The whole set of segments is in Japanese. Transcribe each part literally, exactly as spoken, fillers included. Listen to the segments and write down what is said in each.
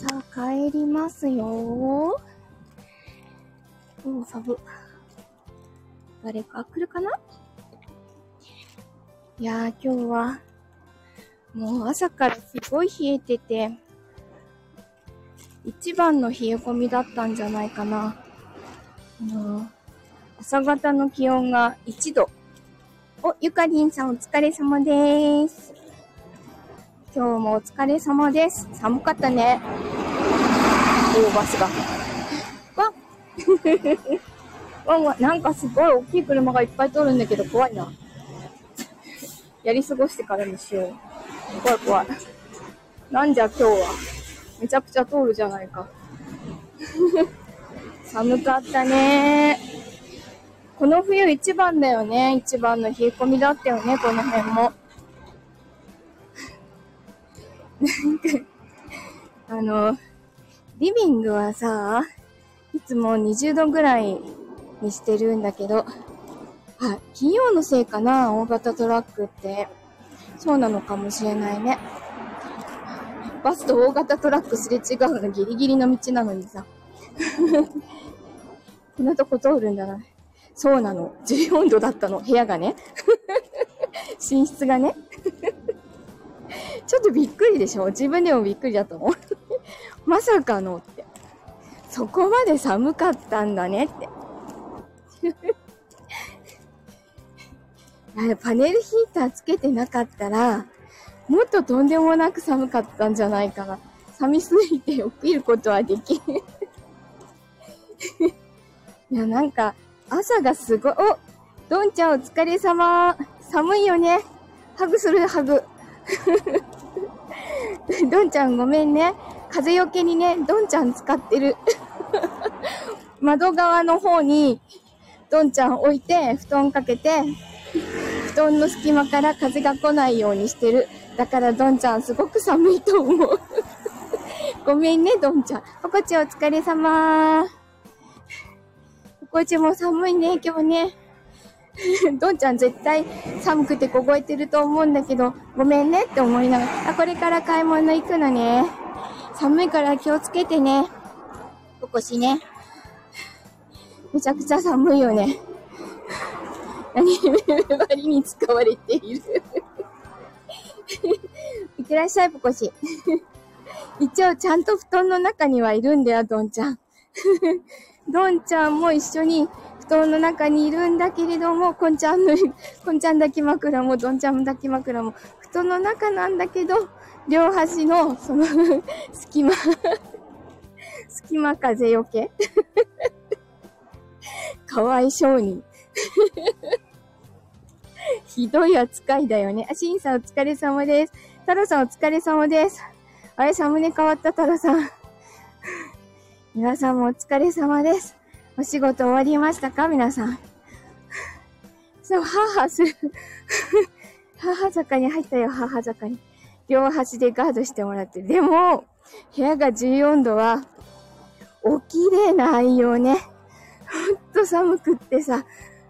さあ、帰りますよ。おー、寒。誰か来るかな？いやー、今日は、もう朝からすごい冷えてて、一番の冷え込みだったんじゃないかな。あのー、朝方の気温がいちど。お、ゆかりんさんお疲れ様でーす。今日もお疲れ様です。寒かったね。おー、バスが。わっわんわん、なんかすごい大きい車がいっぱい通るんだけど怖いな。やり過ごしてからにしよう。怖い怖い。なんじゃ今日は。めちゃくちゃ通るじゃないか。寒かったね。この冬一番だよね。一番の冷え込みだったよね、この辺も。あの、リビングはさ、いつもにじゅうどぐらいにしてるんだけど、あ、金曜のせいかな、大型トラックって。そうなのかもしれないね。バスと大型トラックすれ違うのギリギリの道なのにさ。こんなとこ通るんだな。そうなの。じゅうよんどだったの、部屋がね。寝室がね。ちょっとびっくりでしょ？自分でもびっくりだったもん。まさかのって。そこまで寒かったんだねって。パネルヒーターつけてなかったら、もっととんでもなく寒かったんじゃないかな。寒すぎて起きることはできない。いや、なんか、朝がすごい、お、どんちゃんお疲れ様。寒いよね。ハグするハグ。どんちゃんごめんね。風よけにね、どんちゃん使ってる。窓側の方に、どんちゃん置いて、布団かけて、布団の隙間から風が来ないようにしてる。だからどんちゃんすごく寒いと思う。ごめんね、どんちゃん。ポコチお疲れ様。ポコチも寒いね、今日ね。どんちゃん絶対寒くて凍えてると思うんだけど、ごめんねって思いながら、あ、これから買い物行くのね。寒いから気をつけてね。ポコチね。めちゃくちゃ寒いよね。何バリに使われている。いってらっしゃい、ポコチ。一応ちゃんと布団の中にはいるんだよ、どんちゃん。どんちゃんも一緒に布団の中にいるんだけれども、こんちゃんの、こんちゃん抱き枕も、どんちゃん抱き枕も、布団の中なんだけど、両端の、その、隙間、隙間風よけかわいそうに。ひどい扱いだよね。あ、しんさんお疲れ様です。太郎さんお疲れ様です。あれ、サムネ変わった太郎さん。皆さんもお疲れ様です。お仕事終わりましたか皆さん。そう、母する。母坂に入ったよ、母坂に。両端でガードしてもらって。でも、部屋がじゅうよんどは、お綺麗な愛用ね。ほんと寒くってさ。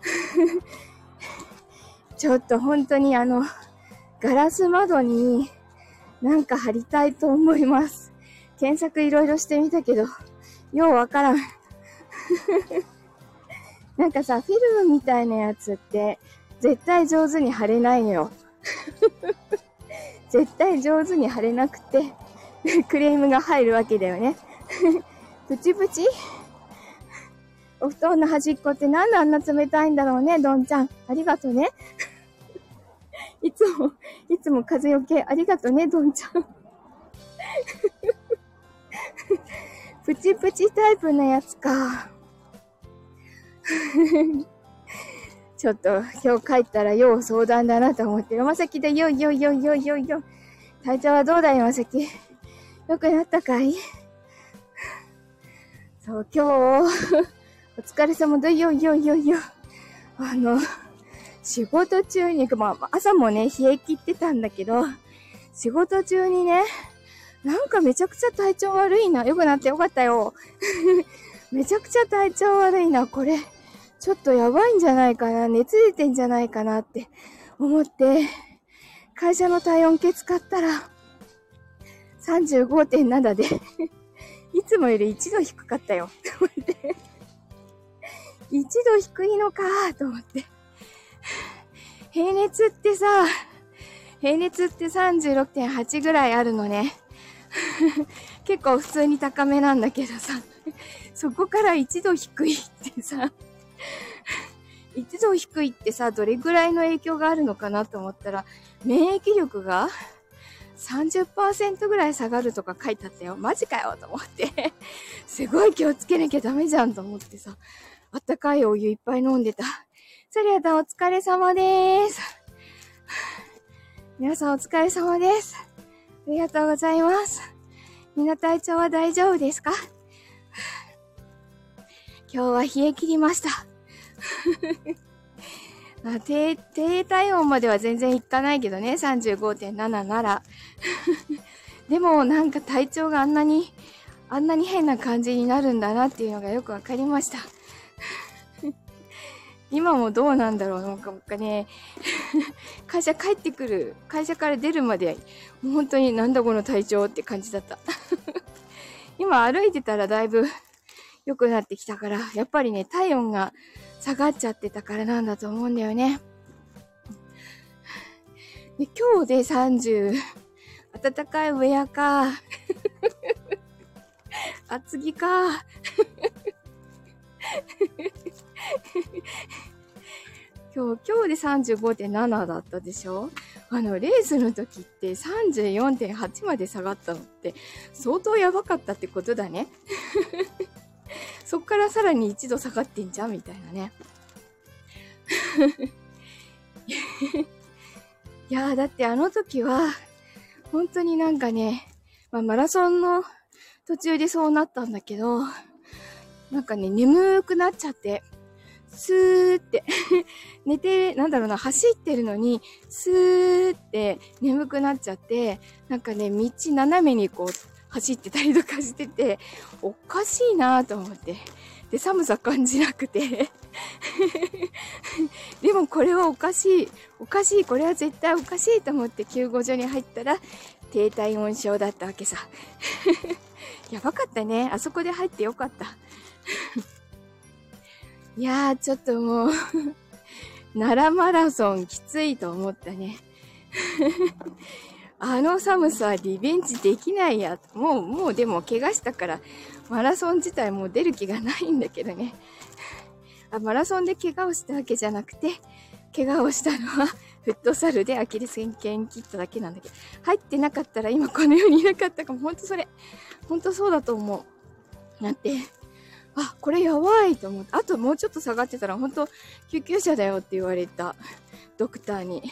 ちょっと本当にあの、ガラス窓になんか貼りたいと思います。検索いろいろしてみたけど、ようわからん。なんかさ、フィルムみたいなやつって絶対上手に貼れないのよ。絶対上手に貼れなくて、クレームが入るわけだよね。プチプチお布団の端っこってなんであんな冷たいんだろうね、どんちゃん。ありがとね。いつも、いつも風よけありがとね、どんちゃん。プチプチタイプのやつか。ちょっと、今日帰ったら要相談だなと思ってる。まさきだよ、よ、よ、よ、よ、よ。体調はどうだい、まさき。よくなったかい？そう、今日、お疲れ様だよ、よ、よ、よ。あの、仕事中に、まあ、朝もね、冷え切ってたんだけど、仕事中にね、なんかめちゃくちゃ体調悪いな。よくなってよかったよ。めちゃくちゃ体調悪いな。これ、ちょっとやばいんじゃないかな。熱出てんじゃないかなって思って、会社の体温計使ったら、さんじゅうごてんなな で、 いつもよりいちど低かったよ。いちど低いのかと思って。平熱ってさ、平熱って さんじゅうろくてんはち ぐらいあるのね。結構普通に高めなんだけどさ、そこからいちど低いってさ、いちど低いってさ、どれぐらいの影響があるのかなと思ったら、免疫力が さんじゅっパーセント ぐらい下がるとか書いてあったよ。マジかよと思って。すごい気をつけなきゃダメじゃんと思ってさ、あったかいお湯いっぱい飲んでた。それではお疲れ様です。皆さんお疲れ様です。ありがとうございます。みんな体調は大丈夫ですか？今日は冷え切りました。あ、低、低体温までは全然いかないけどね、さんじゅうごてんなな なら。でもなんか体調があんなに、あんなに変な感じになるんだなっていうのがよくわかりました。今もどうなんだろう、なんかね、会社帰ってくる、会社から出るまで、もう本当になんだこの体調って感じだった。今歩いてたらだいぶ良くなってきたから、やっぱりね、体温が下がっちゃってたからなんだと思うんだよね。で、今日でさんじゅう、暖かいウェアか、厚着か、今日、今日で さんじゅうごてんなな だったでしょ？あの、レースの時って さんじゅうよんてんはち まで下がったのって相当やばかったってことだね。そっからさらにいちど下がってんじゃんみたいなね。いやー、だってあの時は、本当になんかね、まあ、マラソンの途中でそうなったんだけど、なんかね、眠くなっちゃって、スーって寝て、なんだろうな、走ってるのに、スーって眠くなっちゃって、なんかね、道斜めにこう、走ってたりとかしてて、おかしいなと思って。で、寒さ感じなくて。でもこれはおかしい。おかしい。これは絶対おかしいと思って救護所に入ったら、低体温症だったわけさ。やばかったね。あそこで入ってよかった。いやー、ちょっともう、奈良マラソンきついと思ったね。あの寒さはリベンジできないや。もう、もうでも怪我したから、マラソン自体もう出る気がないんだけどね。あ、マラソンで怪我をしたわけじゃなくて、怪我をしたのはフットサルでアキレス腱切っただけなんだけど、入ってなかったら今この世にいなかったかも。ほんとそれ。ほんとそうだと思う。なんて。あ、これやばいと思って。あともうちょっと下がってたらほんと救急車だよって言われた。ドクターに。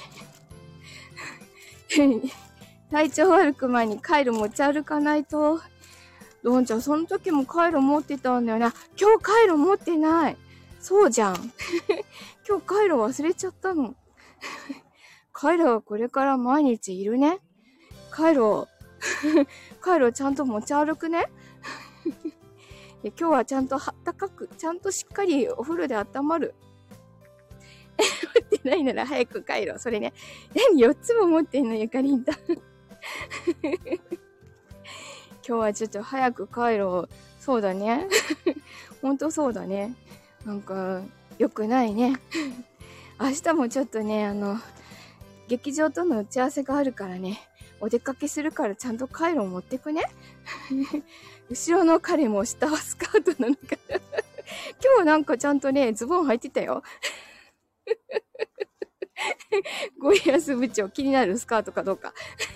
体調悪く前にカイロ持ち歩かないと。どんちゃん、その時もカイロ持ってたんだよね。今日カイロ持ってない。そうじゃん。今日カイロ忘れちゃったの。カイロはこれから毎日いるね。カイロ、カイロちゃんと持ち歩くね。今日はちゃんとあったかく、ちゃんとしっかりお風呂で温まる。持ってないなら早く帰ろう。それね。何よっつも持ってんのゆかりんた。今日はちょっと早く帰ろう。そうだね。ほんとそうだね。なんか、良くないね。明日もちょっとね、あの、劇場との打ち合わせがあるからね。お出かけするからちゃんとカイロを持ってくね。後ろの彼も下はスカートなのかな。今日なんかちゃんとね、ズボン履いてたよ。ゴリアス部長気になるスカートかどうか。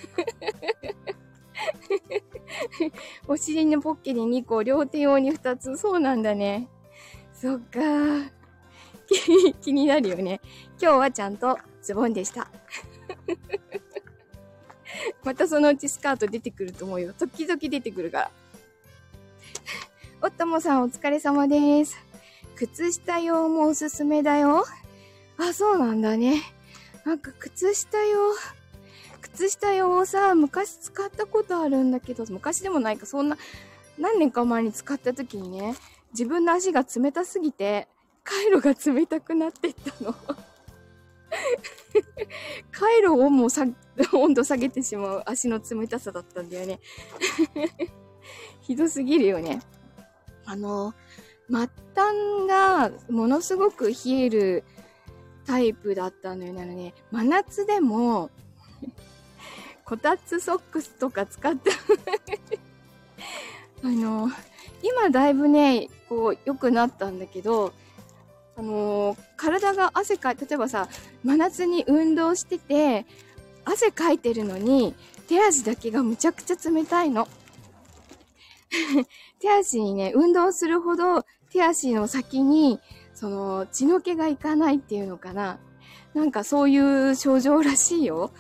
お尻のポッケににこ、両手用にふたつ。そうなんだね。そっかー。気になるよね。今日はちゃんとズボンでした。またそのうちスカート出てくると思うよ。時々出てくるから。おっともさんお疲れ様です。靴下用もおすすめだよ。あ、そうなんだね。なんか靴下用、靴下用をさ、昔使ったことあるんだけど、昔でもないか、そんな、何年か前に使った時にね、自分の足が冷たすぎて、カイロが冷たくなってったの。カイロをもうさ、温度下げてしまう足の冷たさだったんだよね。 ひどすぎるよね。あの、末端がものすごく冷えるタイプだったのよ。なのね、真夏でも、こたつソックスとか使ったあの、今だいぶね、こう、良くなったんだけど、あのー、体が汗かい、例えばさ、真夏に運動してて、汗かいてるのに、手足だけがむちゃくちゃ冷たいの。手足にね、運動するほど、手足の先に、その、血の気がいかないっていうのかな。なんかそういう症状らしいよ。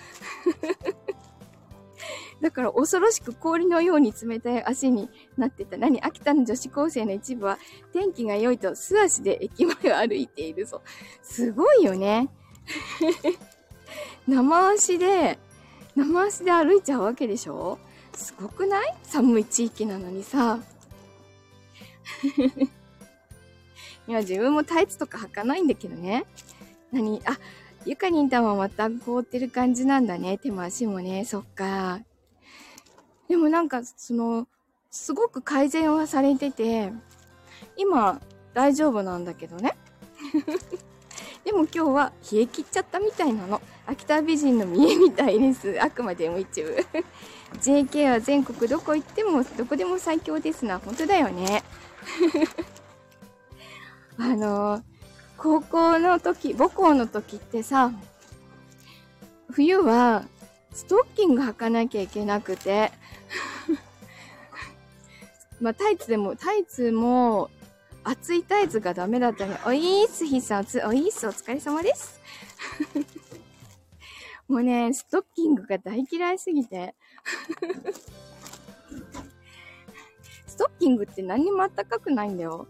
だから恐ろしく氷のように冷たい足になってた。何？秋田の女子高生の一部は天気が良いと素足で駅前を歩いているぞ。すごいよね。生足で、生足で歩いちゃうわけでしょ？すごくない？寒い地域なのにさ。いや、自分もタイツとか履かないんだけどね。何？あ、ゆかりんたんはまた凍ってる感じなんだね。手も足もね。そっか。でもなんか、その、すごく改善はされてて、今、大丈夫なんだけどね。でも今日は冷え切っちゃったみたいなの。秋田美人の見えみたいです。あくまでも一部。ジェーケー は全国どこ行っても、どこでも最強ですな。本当だよね。あの、高校の時、母校の時ってさ、冬はストッキング履かなきゃいけなくて、まあタイツでも、タイツも、厚いタイツがダメだったね。おいーす、ひさつ、おいーす、お疲れ様です。もうね、ストッキングが大嫌いすぎて。ストッキングって何にもあったかくないんだよ。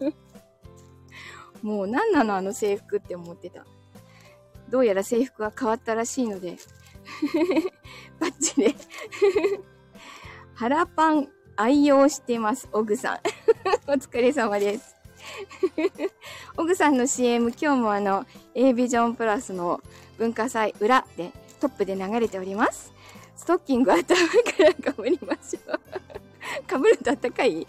もう何なのあの制服って思ってた。どうやら制服が変わったらしいので。バッチで。腹パン愛用してます、オグさん。お疲れ様です。オグさんの シーエム、今日もあの、A ビジョンプラスの文化祭裏でトップで流れております。ストッキング頭から被りましょう。被るとあったかい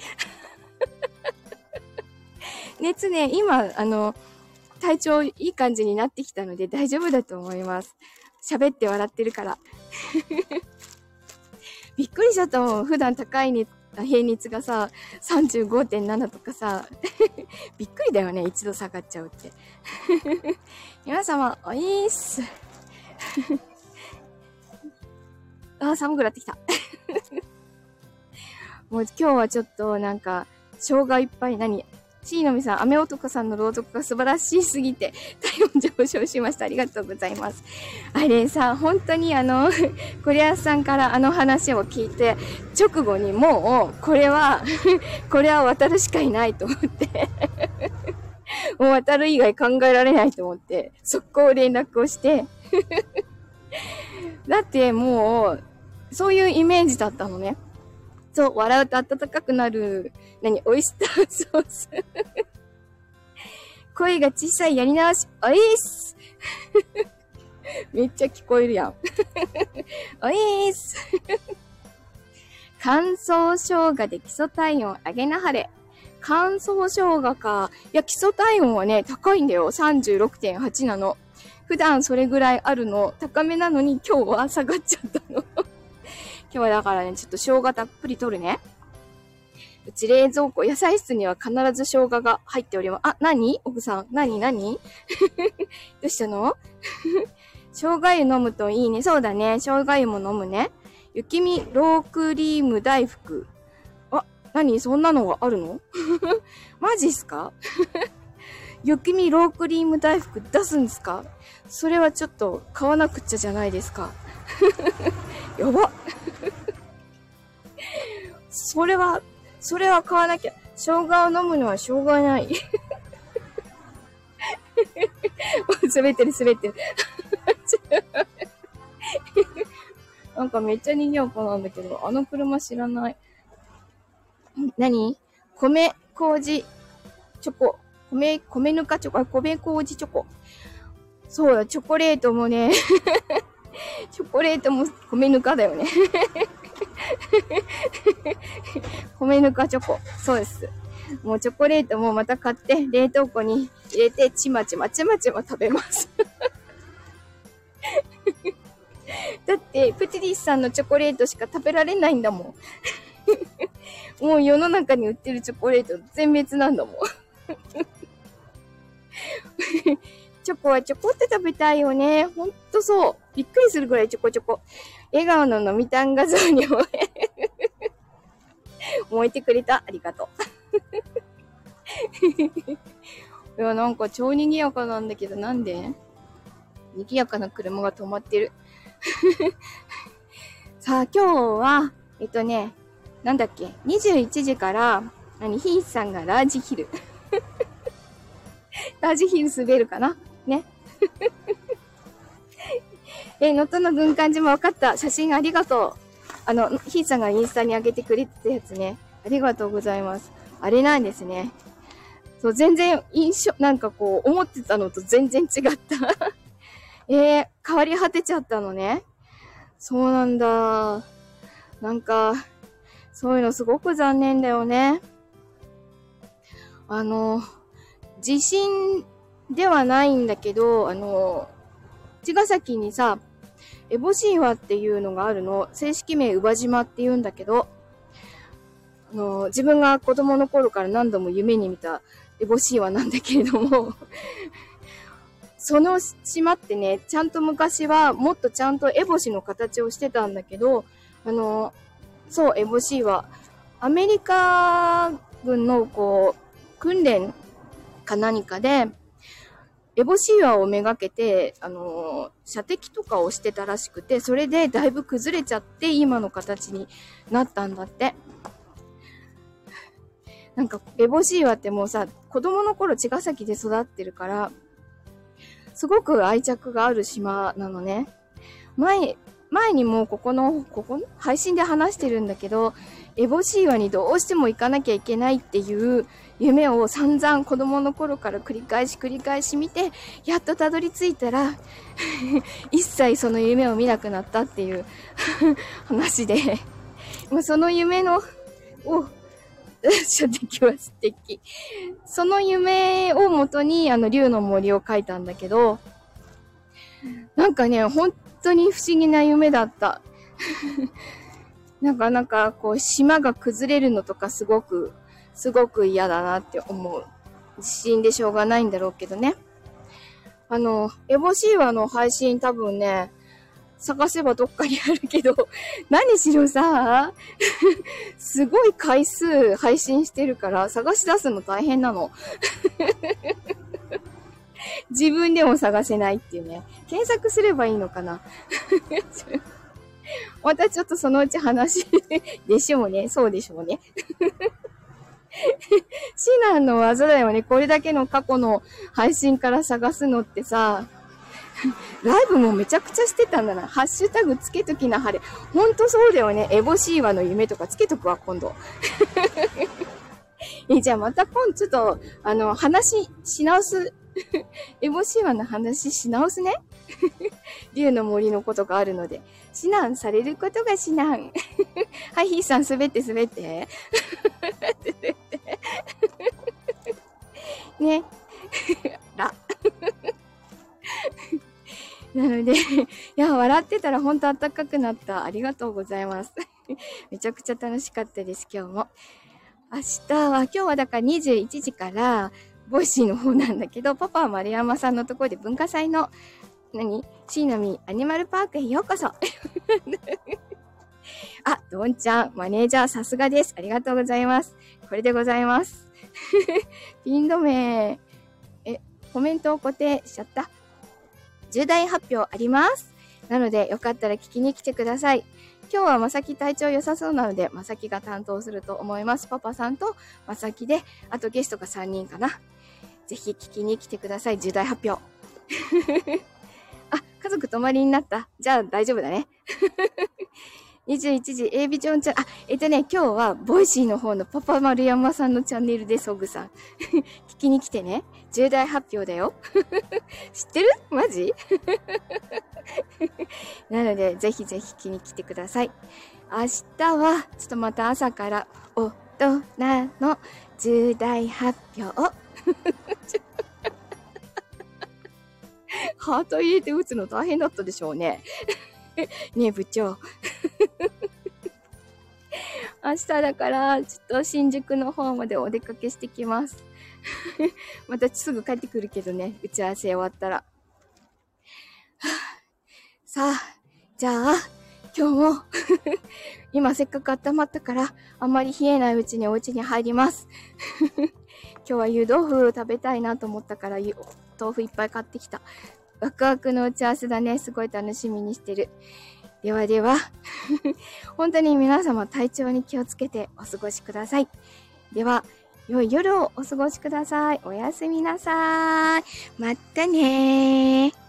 熱ね、今、あの、体調いい感じになってきたので大丈夫だと思います。喋って笑ってるから。びっくりしちゃったもん。普段高い熱、平熱がさ、さんじゅうごてんなな とかさ、びっくりだよね。一度下がっちゃうって。皆様、おいーっす。あー、寒くなってきた。もう今日はちょっとなんか、生姜いっぱい何しーのみさん、雨男さんの朗読が素晴らしすぎて、体温上昇しました。ありがとうございます。あれさ、本当にあの、コリアスさんからあの話を聞いて、直後にもう、これは、これは渡るしかいないと思って、もう渡る以外考えられないと思って、速攻連絡をして、だってもう、そういうイメージだったのね。そう、笑うと暖かくなる、何、オイスターソース。声が小さいやり直し、おいーす。めっちゃ聞こえるやん。おいーす。乾燥生姜で基礎体温上げなはれ。乾燥生姜か。いや、基礎体温はね、高いんだよ。さんじゅうろくてんはち なの。普段それぐらいあるの。高めなのに今日は下がっちゃったの。今日はだからね、ちょっと生姜たっぷり取るね。うち冷蔵庫、野菜室には必ず生姜が入っております。あ、なに奥さん、なになにどうしたの生姜湯飲むといいね。そうだね。生姜湯も飲むね。雪見ロークリーム大福。あ、なにそんなのがあるのマジっすか雪見ロークリーム大福出すんですか？それはちょっと買わなくっちゃじゃないですか。やばそれは、それは買わなきゃ。生姜を飲むのはしょうがない。滑ってる滑ってる。なんかめっちゃ賑やかなんだけど、あの車知らない。何？米麹チョコ。米、米ぬかチョコ。あ、米麹チョコ。そうだ、チョコレートもね。チョコレートも米ぬかだよね。 米ぬかチョコ。そうです。もうチョコレートもまた買って冷凍庫に入れてちまちまちまちま食べます。だってプティリスさんのチョコレートしか食べられないんだもん。もう世の中に売ってるチョコレート全滅なんだもん。チョコはチョコって食べたいよね。ほんとそう。びっくりするぐらいチョコチョコ。笑顔の飲みたん画像に燃え、燃えてくれた。ありがとう。いや、なんか超賑やかなんだけど、なんで賑やかな車が止まってる。さあ、今日は、えっとね、なんだっけ、にじゅういちじから、何、ヒースさんがラージヒル。ラージヒル滑るかなね。え、能登の軍艦島分かった。写真ありがとう。あの、ヒーさんがインスタに上げてくれてたやつね。ありがとうございます。あれなんですね。そう、全然印象、なんかこう、思ってたのと全然違った。えー、変わり果てちゃったのね。そうなんだ。なんか、そういうのすごく残念だよね。あの、地震ではないんだけど、あの、茅ヶ崎にさ、エボ神話っていうのがあるの。正式名、宇和島って言うんだけど、あの、自分が子供の頃から何度も夢に見たエボ神話なんだけれども、その島ってね、ちゃんと昔はもっとちゃんとエボシの形をしてたんだけど、あの、そう、エボシは、アメリカ軍のこう、訓練か何かで、エボシワをめがけて、あの、射的とかをしてたらしくて、それでだいぶ崩れちゃって、今の形になったんだって。なんか、エボシワってもうさ、子供の頃茅ヶ崎で育ってるから、すごく愛着がある島なのね。前、前にもここの、ここの配信で話してるんだけど、エボシーワにどうしても行かなきゃいけないっていう夢を散々子供の頃から繰り返し繰り返し見て、やっとたどり着いたら、一切その夢を見なくなったっていう話で、その夢の、を、射的は素敵。その夢をもとに、あの、竜の森を書いたんだけど、なんかね、本当に不思議な夢だった。なんか、なんか、こう、島が崩れるのとかすごく、すごく嫌だなって思う。地震でしょうがないんだろうけどね。あの、エボシーワの配信多分ね、探せばどっかにあるけど、何しろさ、すごい回数配信してるから探し出すの大変なの。自分でも探せないっていうね。検索すればいいのかな。またちょっとそのうち話でしょうね。そうでしょうね。シナンの技だよね。これだけの過去の配信から探すのってさ、ライブもめちゃくちゃしてたんだな。ハッシュタグつけときなはれ。ほんとそうだよね。エボシーワの夢とかつけとくわ、今度。え、じゃあまた今度ちょっと、あの、話し直す。エボシーワの話し直すね。竜の森のことがあるので。指南されることが指南。はい、ヒーさん滑って滑って。ね。ら。なので、いや、笑ってたらほんと暖かくなった。ありがとうございます。めちゃくちゃ楽しかったです、今日も。明日は、今日はだからにじゅういちじから、ボイシーの方なんだけど、パパは丸山さんのところで文化祭の、何シーナミアニマルパークへようこそ。あ、どんちゃん、マネージャーさすがです。ありがとうございます。これでございます。ピン止め、え、コメントを固定しちゃった。重大発表あります。なので、よかったら聞きに来てください。今日はまさき体調良さそうなので、まさきが担当すると思います。パパさんとまさきで、あとゲストがさんにんかな。ぜひ聞きに来てください。重大発表。あ、家族泊まりになった。じゃあ大丈夫だね。にじゅういちじ、A ビジョンチャン、あ、えっとね、今日は、ボイシーの方のパパ丸山さんのチャンネルです、オグさん。聞きに来てね。重大発表だよ。知ってる？マジ？なので、ぜひぜひ聞きに来てください。明日は、ちょっとまた朝から、お、 となの重大発表。ハート入れて打つの大変だったでしょうね。ねえ、部長。明日だから、ちょっと新宿の方までお出かけしてきます。またすぐ帰ってくるけどね、打ち合わせ終わったら。さあ、じゃあ、今日も、今せっかく温まったから、あんまり冷えないうちにお家に入ります。今日は湯豆腐食べたいなと思ったから、豆腐いっぱい買ってきた。ワクワクの打ち合わせだね。すごい楽しみにしてる。ではでは、本当に皆様体調に気をつけてお過ごしください。では、良い夜をお過ごしください。おやすみなさい。またねー。